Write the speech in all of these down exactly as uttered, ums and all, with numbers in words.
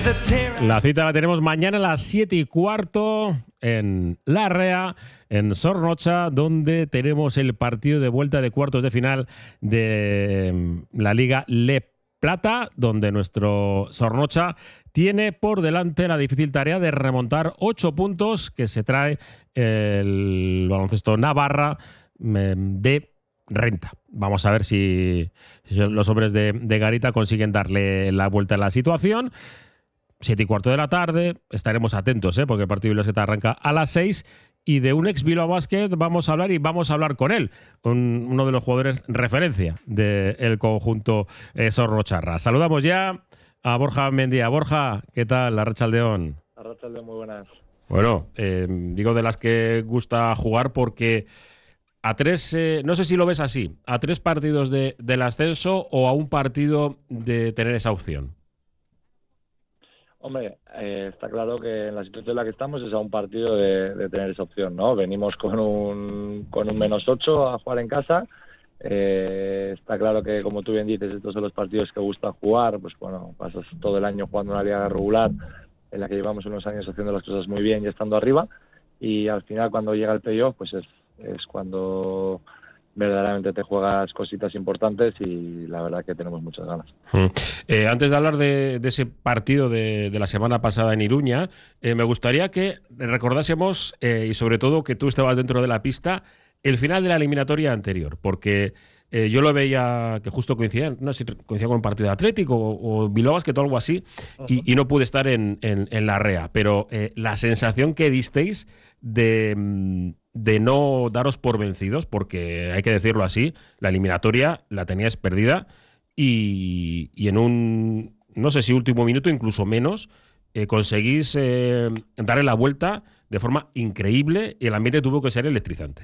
La cita la tenemos mañana a las siete y cuarto en Larrea, en Zornotza, donde tenemos el partido de vuelta de cuartos de final de la Liga Le Plata, donde nuestro Zornotza tiene por delante la difícil tarea de remontar ocho puntos que se trae el baloncesto Navarra de renta. Vamos a ver si, si los hombres de, de Garita consiguen darle la vuelta a la situación. Siete y cuarto de la tarde, estaremos atentos, ¿eh? Porque el partido de Bilbao arranca a las seis. Y de un ex Bilbao Basket vamos a hablar y vamos a hablar con él, con uno de los jugadores referencia del conjunto eh, Zornotza. Saludamos ya a Borja Mendía. Borja, ¿qué tal? Arratsaldeon. Arratsaldeon, muy buenas. Bueno, eh, digo de las que gusta jugar porque a tres, eh, no sé si lo ves así, a tres partidos de, del ascenso o a un partido de tener esa opción. Hombre, eh, está claro que en la situación en la que estamos es a un partido de, de tener esa opción, ¿no? Venimos con un con un menos ocho a jugar en casa. Eh, está claro que, como tú bien dices, estos son los partidos que gusta jugar. Pues bueno, pasas todo el año jugando una liga regular en la que llevamos unos años haciendo las cosas muy bien y estando arriba. Y al final, cuando llega el playoff, pues es, es cuando verdaderamente te juegas cositas importantes y la verdad que tenemos muchas ganas. Mm. Eh, antes de hablar de, de ese partido de, de la semana pasada en Iruña, eh, me gustaría que recordásemos, eh, y sobre todo que tú estabas dentro de la pista, el final de la eliminatoria anterior, porque eh, yo lo veía que justo coincidía, no sé si coincidía con un partido de Atlético o, o Bilbao Basket o algo así, uh-huh. y, y no pude estar en, en, en la Rea, pero eh, la sensación que disteis de, de no daros por vencidos, porque hay que decirlo así, la eliminatoria la teníais perdida y, y en un, no sé si último minuto, incluso menos, eh, conseguís eh, darle la vuelta de forma increíble y el ambiente tuvo que ser electrizante.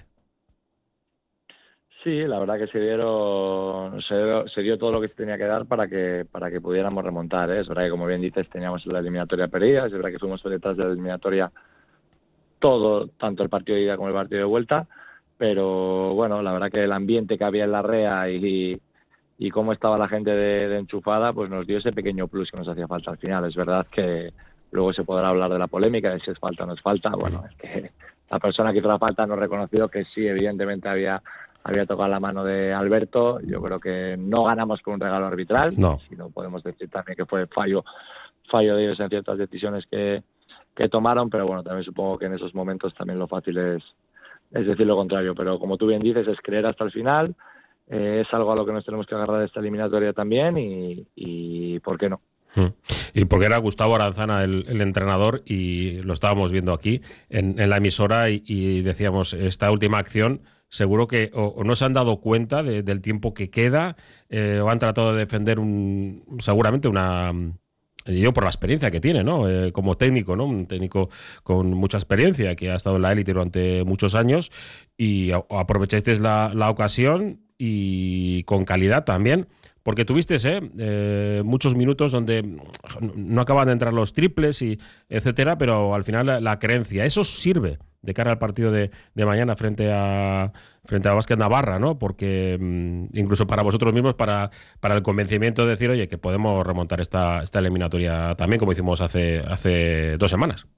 Sí, la verdad que se dieron, se dio, se dio todo lo que se tenía que dar para que para que pudiéramos remontar, ¿eh? Es verdad que, como bien dices, teníamos la eliminatoria perdida, es verdad que fuimos detrás de la eliminatoria todo, tanto el partido de ida como el partido de vuelta, pero bueno, la verdad que el ambiente que había en la Rea y, y cómo estaba la gente de, de enchufada, pues nos dio ese pequeño plus que nos hacía falta al final. Es verdad que luego se podrá hablar de la polémica, de si es falta o no es falta. Bueno, es que la persona que hizo la falta no reconoció que sí, evidentemente había había tocado la mano de Alberto. Yo creo que no ganamos con un regalo arbitral, no. sino podemos decir también que fue fallo fallo de ellos en ciertas decisiones que, que tomaron, pero bueno, también supongo que en esos momentos también lo fácil es, es decir lo contrario. Pero como tú bien dices, es creer hasta el final, eh, es algo a lo que nos tenemos que agarrar de esta eliminatoria también y, y ¿por qué no? Y porque era Gustavo Aranzana el, el entrenador y lo estábamos viendo aquí en, en la emisora y, y decíamos, esta última acción seguro que o, o no se han dado cuenta de, del tiempo que queda eh, o han tratado de defender un seguramente una... Yo por la experiencia que tiene, ¿no? Eh, como técnico, ¿no? Un técnico con mucha experiencia que ha estado en la élite durante muchos años y aprovechasteis la, la ocasión y con calidad también. Porque tuviste ¿eh? Eh, muchos minutos donde no acaban de entrar los triples, y etcétera, pero al final la, la creencia, eso sirve de cara al partido de, de mañana frente a frente a Basket Navarra, ¿no? Porque mmm, incluso para vosotros mismos, para, para el convencimiento de decir, oye, que podemos remontar esta, esta eliminatoria también, como hicimos hace, hace dos semanas.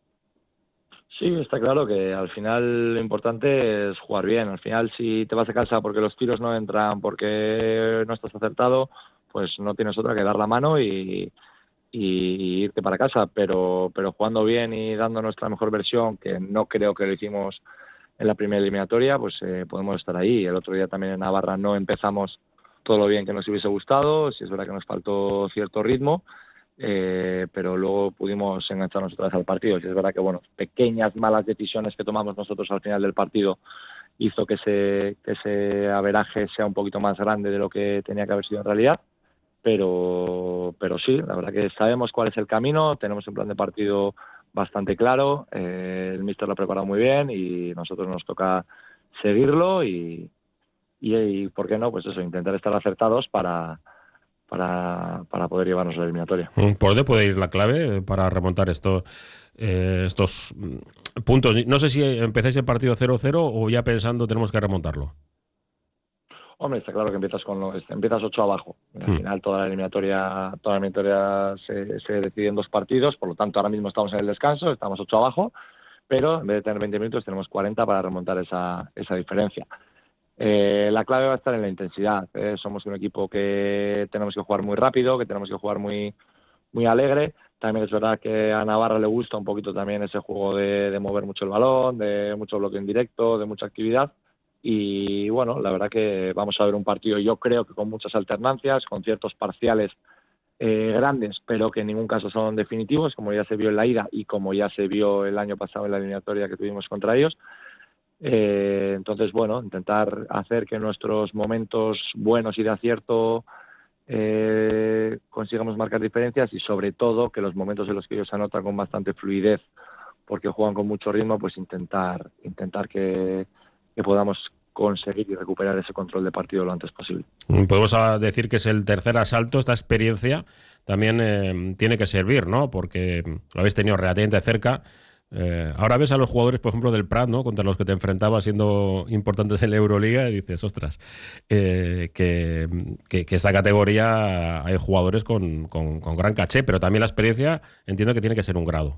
Sí, está claro que al final lo importante es jugar bien. Al final, si te vas a casa porque los tiros no entran, porque no estás acertado, pues no tienes otra que dar la mano y, y irte para casa. Pero, pero jugando bien y dando nuestra mejor versión, que no creo que lo hicimos en la primera eliminatoria, pues eh, podemos estar ahí. El otro día también en Navarra no empezamos todo lo bien que nos hubiese gustado. Sí es verdad que nos faltó cierto ritmo. Eh, pero luego pudimos engancharnos otra vez al partido. Y es verdad que bueno, pequeñas malas decisiones que tomamos nosotros al final del partido hizo que ese, que ese averaje sea un poquito más grande de lo que tenía que haber sido en realidad, pero, pero sí, la verdad que sabemos cuál es el camino, tenemos un plan de partido bastante claro, eh, el míster lo ha preparado muy bien y nosotros nos toca seguirlo y, y, y ¿por qué no? Pues eso, intentar estar acertados para Para, para poder llevarnos a la eliminatoria. ¿Por dónde puede ir la clave para remontar esto, eh, estos puntos? No sé si empezáis el partido cero cero o ya pensando tenemos que remontarlo. Hombre, está claro que empiezas con lo, empiezas ocho abajo. Al Hmm. final toda la eliminatoria, toda la eliminatoria se, se decide en dos partidos, por lo tanto ahora mismo estamos en el descanso, estamos ocho abajo, pero en vez de tener veinte minutos tenemos cuarenta para remontar esa, esa diferencia. Eh, la clave va a estar en la intensidad. ¿eh? Somos un equipo que tenemos que jugar muy rápido, que tenemos que jugar muy, muy alegre. También es verdad que a Navarra le gusta un poquito también ese juego de, de mover mucho el balón, de mucho bloque en directo, de mucha actividad. Y bueno, la verdad que vamos a ver un partido, yo creo que con muchas alternancias, con ciertos parciales eh, grandes, pero que en ningún caso son definitivos, como ya se vio en la ida y como ya se vio el año pasado en la eliminatoria que tuvimos contra ellos. Eh, entonces, bueno, intentar hacer que nuestros momentos buenos y de acierto eh, consigamos marcar diferencias y sobre todo que los momentos en los que ellos anotan con bastante fluidez porque juegan con mucho ritmo, pues intentar intentar que, que podamos conseguir y recuperar ese control de partido lo antes posible. Podemos ah, decir que es el tercer asalto. Esta experiencia también eh, tiene que servir, ¿no? Porque lo habéis tenido relativamente cerca. Eh, ahora ves a los jugadores, por ejemplo, del Prat, ¿no? Contra los que te enfrentabas siendo importantes en la Euroliga y dices, ostras, eh, que, que, que esta categoría hay jugadores con, con, con gran caché, pero también la experiencia entiendo que tiene que ser un grado.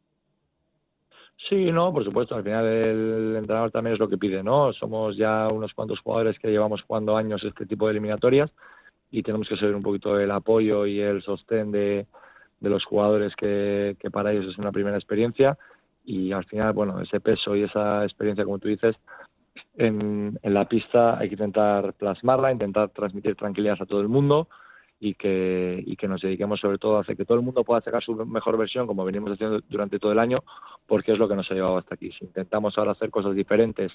Sí, no, por supuesto, al final el entrenador también es lo que pide, ¿no? Somos ya unos cuantos jugadores que llevamos jugando años este tipo de eliminatorias y tenemos que ser un poquito el apoyo y el sostén de, de los jugadores que, que para ellos es una primera experiencia y al final, bueno, ese peso y esa experiencia, como tú dices, en, en la pista hay que intentar plasmarla, intentar transmitir tranquilidad a todo el mundo y que, y que nos dediquemos sobre todo a hacer que todo el mundo pueda sacar su mejor versión como venimos haciendo durante todo el año porque es lo que nos ha llevado hasta aquí. Si intentamos ahora hacer cosas diferentes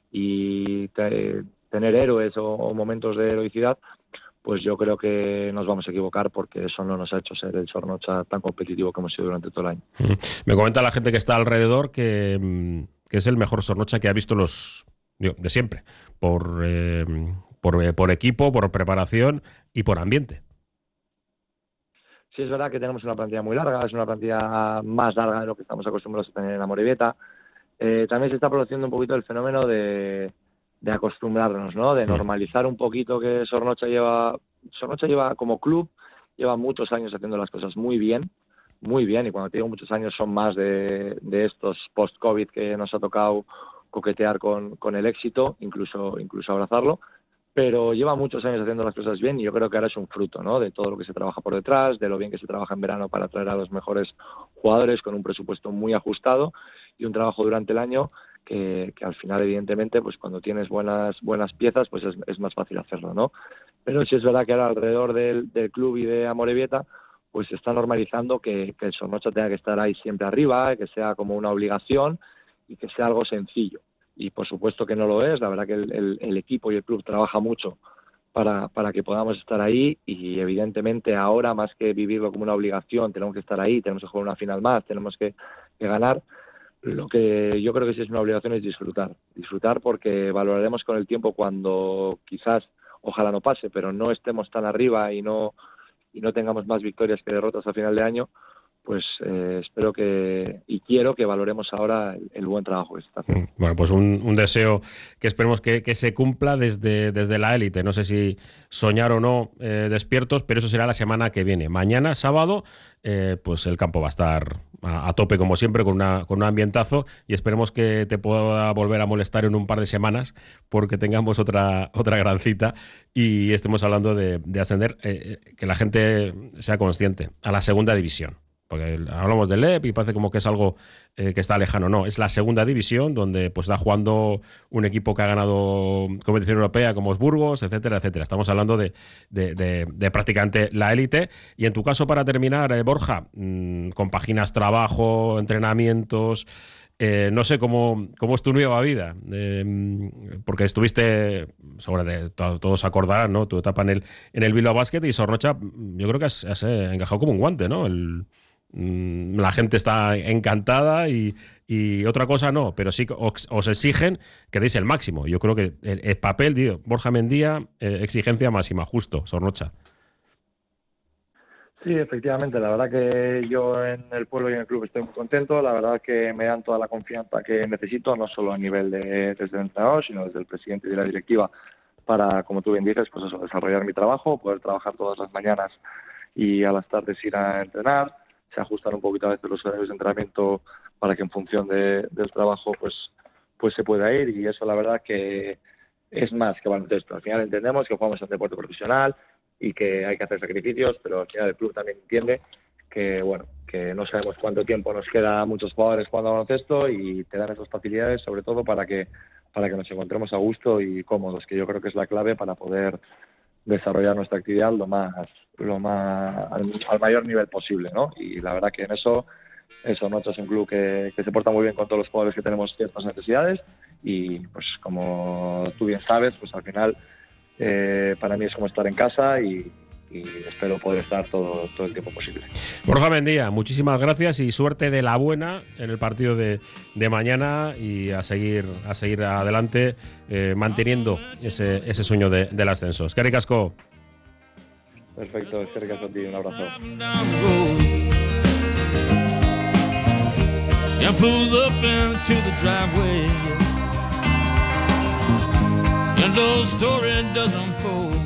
y te, tener héroes o, o momentos de heroicidad, pues yo creo que nos vamos a equivocar porque eso no nos ha hecho ser el Zornocha tan competitivo que hemos sido durante todo el año. Me comenta la gente que está alrededor que, que es el mejor Zornocha que ha visto los digo, de siempre, por, eh, por, eh, por equipo, por preparación y por ambiente. Sí, es verdad que tenemos una plantilla muy larga, es una plantilla más larga de lo que estamos acostumbrados a tener en Amorebieta. Eh, también se está produciendo un poquito el fenómeno de, de acostumbrarnos, ¿no? De normalizar un poquito que Zornocha lleva, Zornocha lleva como club, lleva muchos años haciendo las cosas muy bien, muy bien, y cuando te digo muchos años son más de, de estos post-COVID que nos ha tocado coquetear con, con el éxito, incluso, incluso abrazarlo, pero lleva muchos años haciendo las cosas bien y yo creo que ahora es un fruto, ¿no? De todo lo que se trabaja por detrás, de lo bien que se trabaja en verano para traer a los mejores jugadores con un presupuesto muy ajustado y un trabajo durante el año que, que al final, evidentemente, pues cuando tienes buenas buenas piezas, pues es, es más fácil hacerlo, ¿no? Pero sí es verdad que ahora alrededor del, del club y de Amorebieta, pues se está normalizando que, que el Zornocha tenga que estar ahí siempre arriba, que sea como una obligación y que sea algo sencillo. Y por supuesto que no lo es, la verdad que el, el, el equipo y el club trabaja mucho para, para que podamos estar ahí y evidentemente ahora más que vivirlo como una obligación, tenemos que estar ahí, tenemos que jugar una final más, tenemos que, que ganar. Lo que yo creo que sí es una obligación es disfrutar, disfrutar porque valoraremos con el tiempo cuando quizás, ojalá no pase, pero no estemos tan arriba y no, y no tengamos más victorias que derrotas a final de año, pues eh, espero que y quiero que valoremos ahora el, el buen trabajo que se está haciendo. Bueno, pues un, un deseo que esperemos que, que se cumpla desde, desde la élite. No sé si soñar o no eh, despiertos, pero eso será la semana que viene. Mañana, sábado, eh, pues el campo va a estar a, a tope como siempre, con, una, con un ambientazo y esperemos que te pueda volver a molestar en un par de semanas porque tengamos otra, otra gran cita y estemos hablando de, de ascender, eh, que la gente sea consciente a la segunda división. Porque hablamos del E P y parece como que es algo eh, que está lejano. No, es la segunda división donde pues está jugando un equipo que ha ganado competición europea como es Burgos, etcétera, etcétera. Estamos hablando de, de, de, de prácticamente la élite. Y en tu caso, para terminar, eh, Borja, mmm, compaginas trabajo, entrenamientos... Eh, no sé cómo, cómo es tu nueva vida, eh, porque estuviste, seguramente todos acordarán, ¿no? Tu etapa en el, en el Bilbao Basket y Zornocha, yo creo que has, has encajado como un guante, ¿no? El, la gente está encantada y, y otra cosa no, pero sí os, os exigen que deis el máximo. Yo creo que el, el papel, tío, Borja Mendía, eh, exigencia máxima, justo, Zornocha. Sí, efectivamente, la verdad que yo en el pueblo y en el club estoy muy contento, la verdad que me dan toda la confianza que necesito, no solo a nivel de desde el entrenador, sino desde el presidente y de la directiva, para, como tú bien dices, pues eso, desarrollar mi trabajo, poder trabajar todas las mañanas y a las tardes ir a entrenar. Se ajustan un poquito a veces los horarios de entrenamiento para que en función de, del trabajo pues, pues se pueda ir, y eso la verdad que es más que baloncesto. Al final entendemos que jugamos en deporte profesional y que hay que hacer sacrificios, pero al final el club también entiende que bueno, que no sabemos cuánto tiempo nos queda a muchos jugadores jugando baloncesto, y te dan esas facilidades sobre todo para que para que nos encontremos a gusto y cómodos, que yo creo que es la clave para poder desarrollar nuestra actividad lo más lo más al, al mayor nivel posible, ¿no? Y la verdad que en eso eso Nocha es un club que, que se porta muy bien con todos los jugadores que tenemos ciertas necesidades, y pues como tú bien sabes, pues al final eh, para mí es como estar en casa, y y espero poder estar todo, todo el tiempo posible. Borja Mendía, muchísimas gracias y suerte de la buena en el partido de, de mañana, y a seguir a seguir adelante eh, manteniendo ese, ese sueño de, del ascenso. Eskerrik asko. Perfecto, eskerrik asko a ti, un abrazo. You pulled up into the driveway, and the story doesn't unfold.